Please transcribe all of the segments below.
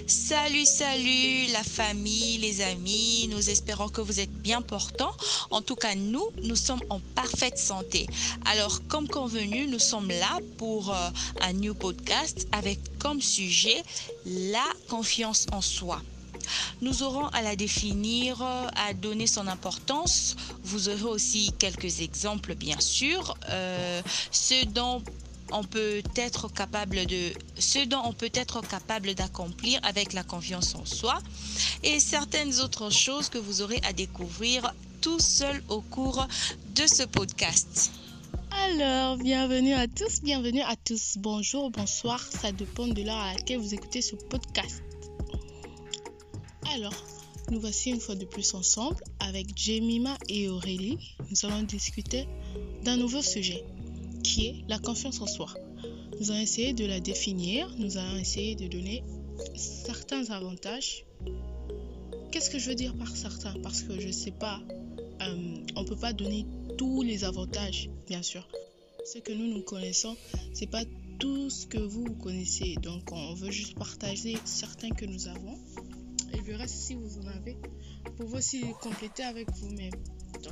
Salut la famille, les amis, nous espérons que vous êtes bien portants. En tout cas, nous sommes en parfaite santé. Alors, comme convenu, nous sommes là pour un new podcast avec comme sujet la confiance en soi. Nous aurons à la définir, à donner son importance. Vous aurez aussi quelques exemples, bien sûr, ce dont on peut être capable de ce dont on peut être capable d'accomplir avec la confiance en soi et certaines autres choses que vous aurez à découvrir tout seul au cours de ce podcast. Alors, bienvenue à tous. Bonjour, bonsoir, ça dépend de l'heure à laquelle vous écoutez ce podcast. Alors, nous voici une fois de plus ensemble avec Jemima et Aurélie. Nous allons discuter d'un nouveau sujet qui est la confiance en soi. Nous allons essayer de la définir, nous allons essayer de donner certains avantages. Qu'est-ce que je veux dire par certains? Parce que je ne sais pas, on ne peut pas donner tous les avantages, bien sûr. Ce que nous connaissons, ce n'est pas tout ce que vous connaissez. Donc, on veut juste partager certains que nous avons. Et le reste, si vous en avez, vous pouvez aussi les compléter avec vous-même. Donc,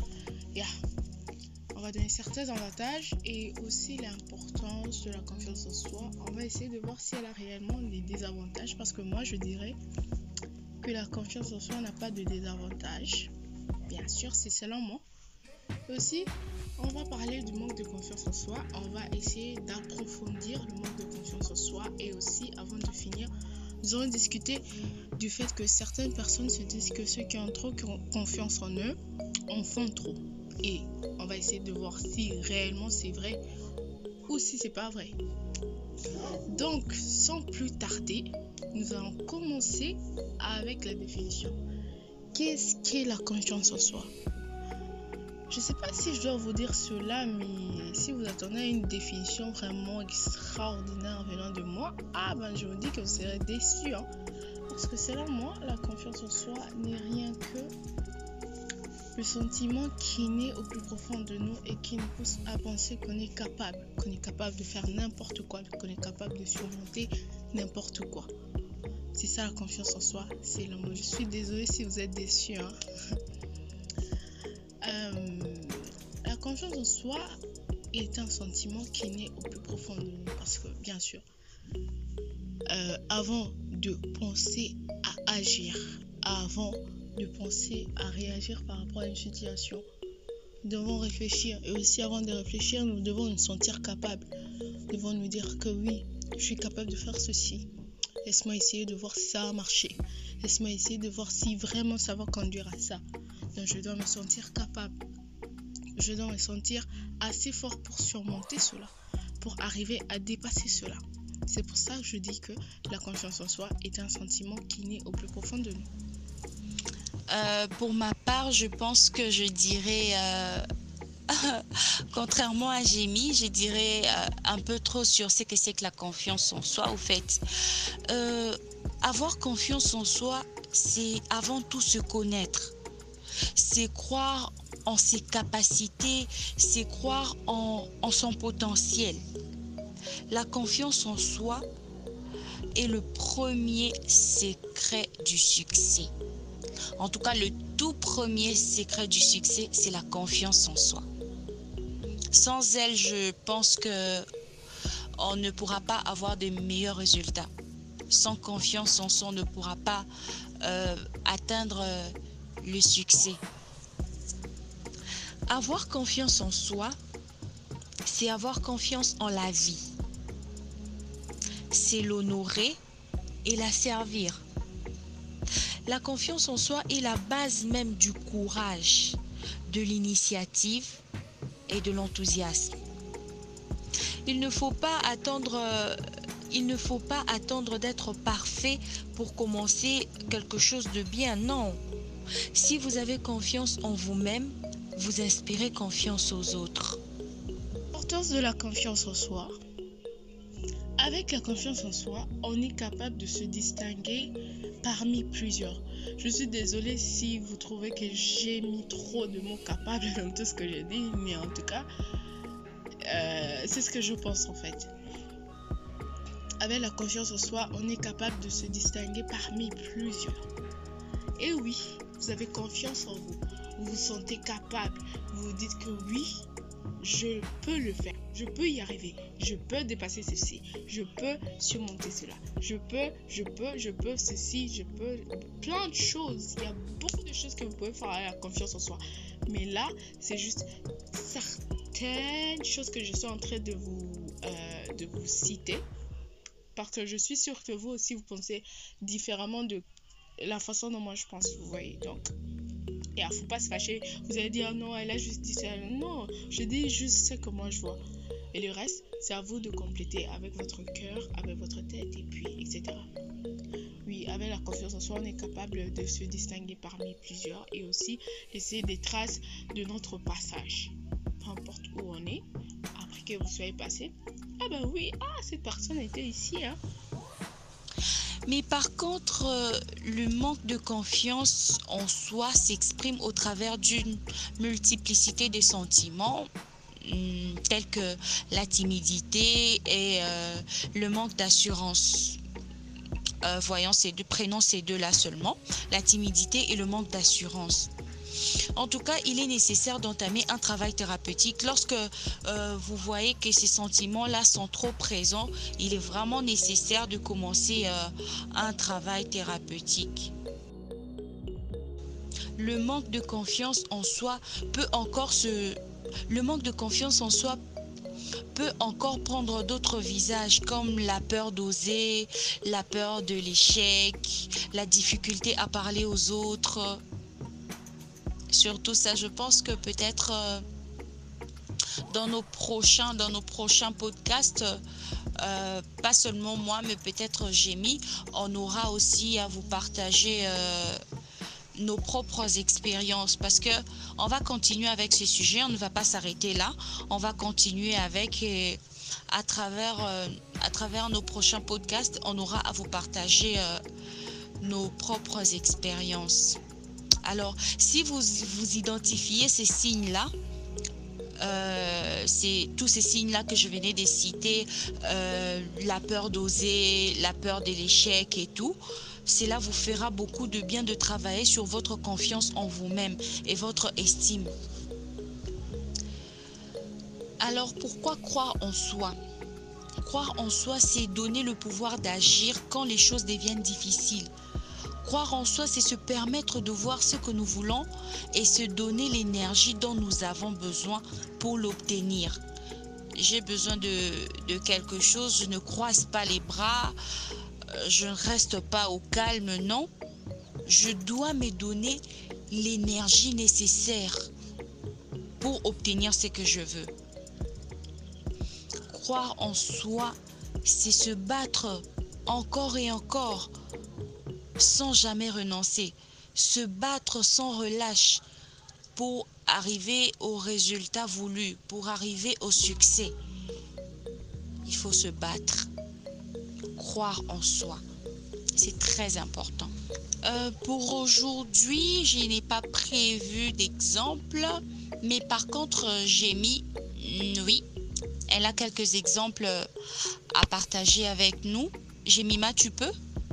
on va donner certains avantages et aussi l'importance de la confiance en soi. On va essayer de voir si elle a réellement des désavantages. Parce que moi, je dirais que la confiance en soi n'a pas de désavantages. Bien sûr, c'est selon moi. Aussi, on va parler du manque de confiance en soi. On va essayer d'approfondir le manque de confiance en soi. Et aussi, avant de finir, nous allons discuter du fait que certaines personnes se disent que ceux qui ont trop confiance en eux en font trop. Et on va essayer de voir si réellement c'est vrai ou si c'est pas vrai. Donc, sans plus tarder, nous allons commencer avec la définition. Qu'est-ce qu'est la confiance en soi? Je ne sais pas si je dois vous dire cela, mais si vous attendez à une définition vraiment extraordinaire venant de moi, je vous dis que vous serez déçus. Parce que selon moi, la confiance en soi n'est rien que le sentiment qui naît au plus profond de nous et qui nous pousse à penser qu'on est capable de faire n'importe quoi, qu'on est capable de surmonter n'importe quoi. C'est ça la confiance en soi, c'est le mot. Je suis désolée si vous êtes déçus. La confiance en soi est un sentiment qui naît au plus profond de nous parce que, bien sûr, avant de penser à agir, avant de penser à réagir par rapport à une situation, nous devons réfléchir. Et aussi, avant de réfléchir, nous devons nous sentir capables. Nous devons nous dire que oui, je suis capable de faire ceci. Laisse-moi essayer de voir si ça va marcher. Laisse-moi essayer de voir si vraiment ça va conduire à ça. Donc, je dois me sentir capable. Je dois me sentir assez fort pour surmonter cela, pour arriver à dépasser cela. C'est pour ça que je dis que la confiance en soi est un sentiment qui naît au plus profond de nous. Pour ma part, je pense que je dirais, contrairement à Jamie, je dirais un peu trop sur ce que c'est que la confiance en soi. Au fait, avoir confiance en soi, c'est avant tout se connaître. C'est croire en ses capacités, c'est croire en son potentiel. La confiance en soi est le premier secret du succès. En tout cas, le tout premier secret du succès, c'est la confiance en soi. Sans elle, je pense qu'on ne pourra pas avoir de meilleurs résultats. Sans confiance en soi, on ne pourra pas atteindre le succès. Avoir confiance en soi, c'est avoir confiance en la vie. C'est l'honorer et la servir. La confiance en soi est la base même du courage, de l'initiative et de l'enthousiasme. Il ne faut pas attendre d'être parfait pour commencer quelque chose de bien, non. Si vous avez confiance en vous-même, vous inspirez confiance aux autres. L'importance de la confiance en soi. Avec la confiance en soi, on est capable de se distinguer parmi plusieurs. Je suis désolée si vous trouvez que j'ai mis trop de mots capables dans tout ce que j'ai dit, mais en tout cas, c'est ce que je pense en fait. avec la confiance en soi, on est capable de se distinguer parmi plusieurs. Et oui, vous avez confiance en vous. Vous vous sentez capable. Vous vous dites que oui, je peux le faire. Je peux y arriver. Je peux dépasser ceci. Je peux surmonter cela. Je peux ceci. Je peux plein de choses. Il y a beaucoup de choses que vous pouvez faire avec la confiance en soi. Mais là, c'est juste certaines choses que je suis en train de vous citer. Parce que je suis sûre que vous aussi, vous pensez différemment de la façon dont moi je pense, vous voyez. Donc, il ne faut pas se fâcher. Vous allez dire, non, elle a juste dit ça. Non, je dis juste ce que moi je vois. Et le reste, c'est à vous de compléter avec votre cœur, avec votre tête, et puis, etc. Oui, avec la confiance en soi, on est capable de se distinguer parmi plusieurs et aussi laisser des traces de notre passage. Peu importe où on est, après que vous soyez passé, ah ben oui, cette personne était ici, hein. Mais par contre, le manque de confiance en soi s'exprime au travers d'une multiplicité de sentiments, tels que la timidité et le manque d'assurance. Voyons prenons ces deux-là seulement, la timidité et le manque d'assurance. En tout cas, il est nécessaire d'entamer un travail thérapeutique. Lorsque vous voyez que ces sentiments-là sont trop présents, il est vraiment nécessaire de commencer un travail thérapeutique. Le manque de confiance en soi peut encore prendre d'autres visages comme la peur d'oser, la peur de l'échec, la difficulté à parler aux autres. Surtout ça, je pense que peut-être dans nos prochains podcasts, pas seulement moi, mais peut-être Jémi, on aura aussi à vous partager nos propres expériences, parce que on va continuer avec ce sujet, on ne va pas s'arrêter là, on va continuer avec et à travers nos prochains podcasts, on aura à vous partager nos propres expériences. Alors, si vous identifiez ces signes-là, c'est tous ces signes-là que je venais de citer, la peur d'oser, la peur de l'échec et tout, cela vous fera beaucoup de bien de travailler sur votre confiance en vous-même et votre estime. Alors, pourquoi croire en soi ? Croire en soi, c'est donner le pouvoir d'agir quand les choses deviennent difficiles. Croire en soi, c'est se permettre de voir ce que nous voulons et se donner l'énergie dont nous avons besoin pour l'obtenir. J'ai besoin de quelque chose, je ne croise pas les bras, je ne reste pas au calme, non. Je dois me donner l'énergie nécessaire pour obtenir ce que je veux. Croire en soi, c'est se battre encore et encore, sans jamais renoncer, se battre sans relâche pour arriver au résultat voulu, pour arriver au succès. Il faut se battre, croire en soi, c'est très important. Pour aujourd'hui, je n'ai pas prévu d'exemple, mais par contre, j'ai mis, oui, elle a quelques exemples à partager avec nous. Jemima, tu peux ?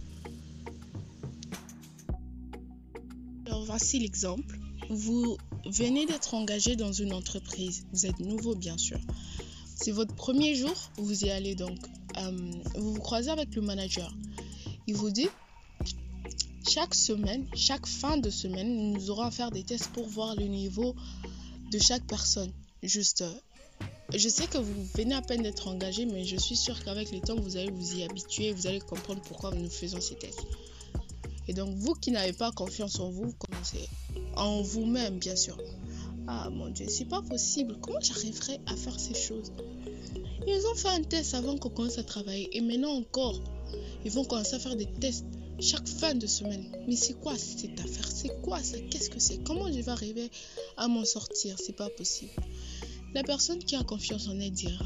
Alors voici l'exemple. Vous venez d'être engagé dans une entreprise. Vous êtes nouveau, bien sûr. C'est votre premier jour, vous y allez donc. Vous vous croisez avec le manager. Il vous dit, chaque fin de semaine, nous aurons à faire des tests pour voir le niveau de chaque personne. Juste, je sais que vous venez à peine d'être engagé, mais je suis sûre qu'avec le temps, vous allez vous y habituer. Vous allez comprendre pourquoi nous faisons ces tests. Et donc, vous qui n'avez pas confiance en vous, commencez en vous-même, bien sûr. Ah mon Dieu, c'est pas possible. Comment j'arriverai à faire ces choses? Ils ont fait un test avant qu'on commence à travailler. Et maintenant encore, ils vont commencer à faire des tests chaque fin de semaine. Mais c'est quoi cette affaire? C'est quoi ça? Qu'est-ce que c'est? Comment je vais arriver à m'en sortir? C'est pas possible. La personne qui a confiance en elle dira,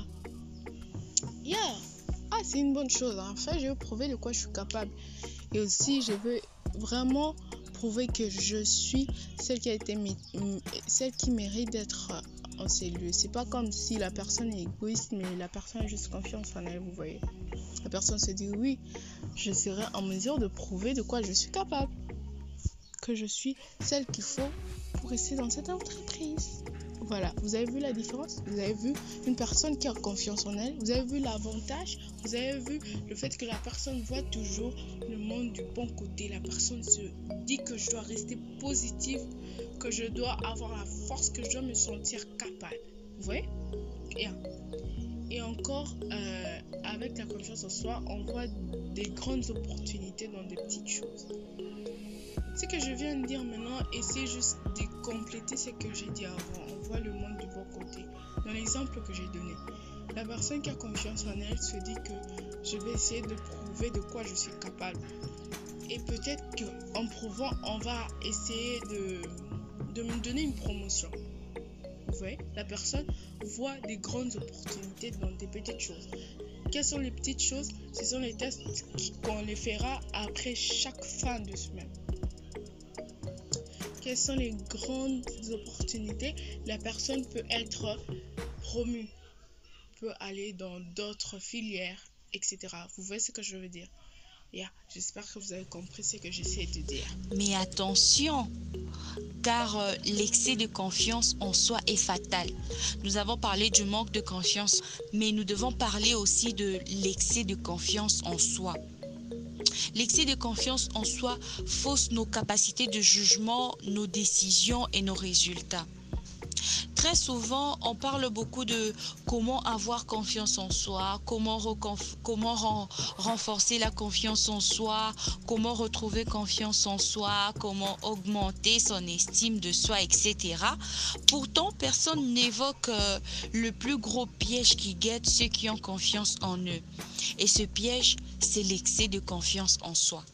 c'est une bonne chose. Enfin, je veux prouver de quoi je suis capable. Et aussi, je veux vraiment prouver que je suis celle qui mérite d'être en ces lieux. C'est pas comme si la personne est égoïste, mais la personne a juste confiance en elle, vous voyez. La personne se dit oui, je serai en mesure de prouver de quoi je suis capable, que je suis celle qu'il faut pour rester dans cette entreprise. Voilà, vous avez vu la différence? Vous avez vu une personne qui a confiance en elle, vous avez vu l'avantage, vous avez vu le fait que la personne voit toujours le monde du bon côté. La personne se dit que je dois rester positive, que je dois avoir la force, que je dois me sentir capable. Vous voyez? Et encore, avec la confiance en soi, on voit des grandes opportunités dans des petites choses. Ce que je viens de dire maintenant, essayez juste de compléter ce que j'ai dit avant. On voit le monde du bon côté. Dans l'exemple que j'ai donné, la personne qui a confiance en elle se dit que je vais essayer de prouver de quoi je suis capable. Et peut-être qu'en prouvant, on va essayer de me donner une promotion. Vous voyez, la personne voit des grandes opportunités dans des petites choses. Quelles sont les petites choses? Ce sont les tests qu'on les fera après chaque fin de semaine. Quelles sont les grandes opportunités? La personne peut être promue, peut aller dans d'autres filières, etc. Vous voyez ce que je veux dire? J'espère que vous avez compris ce que j'essaie de dire. Mais attention, car l'excès de confiance en soi est fatal. Nous avons parlé du manque de confiance, mais nous devons parler aussi de l'excès de confiance en soi. L'excès de confiance en soi fausse nos capacités de jugement, nos décisions et nos résultats. Très souvent, on parle beaucoup de comment avoir confiance en soi, comment renforcer la confiance en soi, comment retrouver confiance en soi, comment augmenter son estime de soi, etc. Pourtant, personne n'évoque le plus gros piège qui guette ceux qui ont confiance en eux. Et ce piège, c'est l'excès de confiance en soi.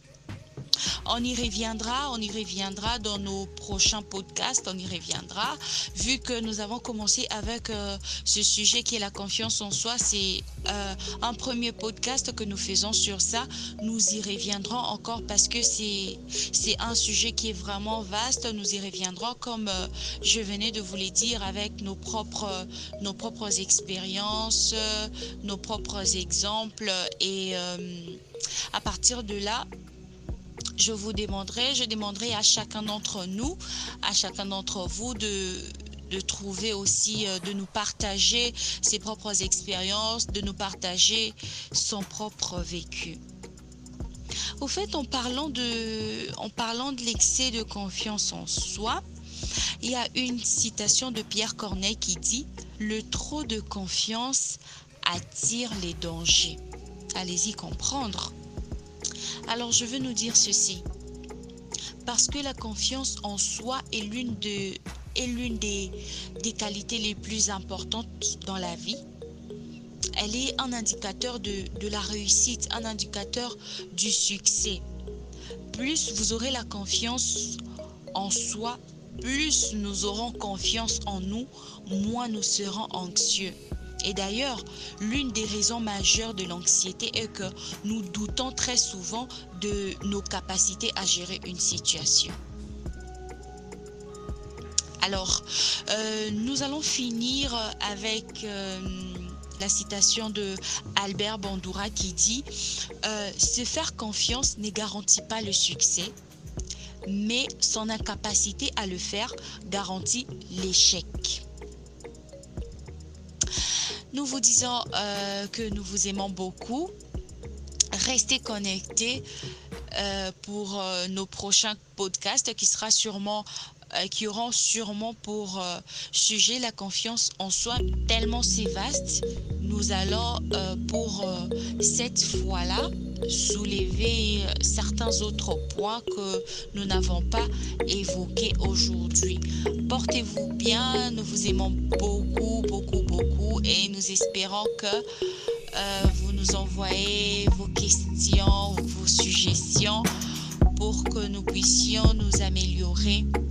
On y reviendra dans nos prochains podcasts, vu que nous avons commencé avec ce sujet qui est la confiance en soi. C'est un premier podcast que nous faisons sur ça. Nous y reviendrons encore parce que c'est un sujet qui est vraiment vaste. Nous y reviendrons comme je venais de vous le dire avec nos propres expériences, nos propres exemples et à partir de là, je demanderai à chacun d'entre nous, à chacun d'entre vous de trouver aussi, de nous partager ses propres expériences, de nous partager son propre vécu. Au fait, en parlant de l'excès de confiance en soi, il y a une citation de Pierre Corneille qui dit « Le trop de confiance attire les dangers ». Allez-y comprendre. Alors, je veux nous dire ceci. Parce que la confiance en soi est l'une des qualités les plus importantes dans la vie. Elle est un indicateur de la réussite, un indicateur du succès. Plus vous aurez la confiance en soi, plus nous aurons confiance en nous, moins nous serons anxieux. Et d'ailleurs, l'une des raisons majeures de l'anxiété est que nous doutons très souvent de nos capacités à gérer une situation. Alors, nous allons finir avec la citation de Albert Bandura qui dit « Se faire confiance ne garantit pas le succès, mais son incapacité à le faire garantit l'échec. » Nous vous disons que nous vous aimons beaucoup. Restez connectés pour nos prochains podcasts qui auront sûrement pour sujet la confiance en soi, tellement c'est vaste. Nous allons pour cette fois-là soulever certains autres points que nous n'avons pas évoqués aujourd'hui. Portez-vous bien, nous vous aimons beaucoup, beaucoup, beaucoup et nous espérons que vous nous envoyez vos questions, vos suggestions pour que nous puissions nous améliorer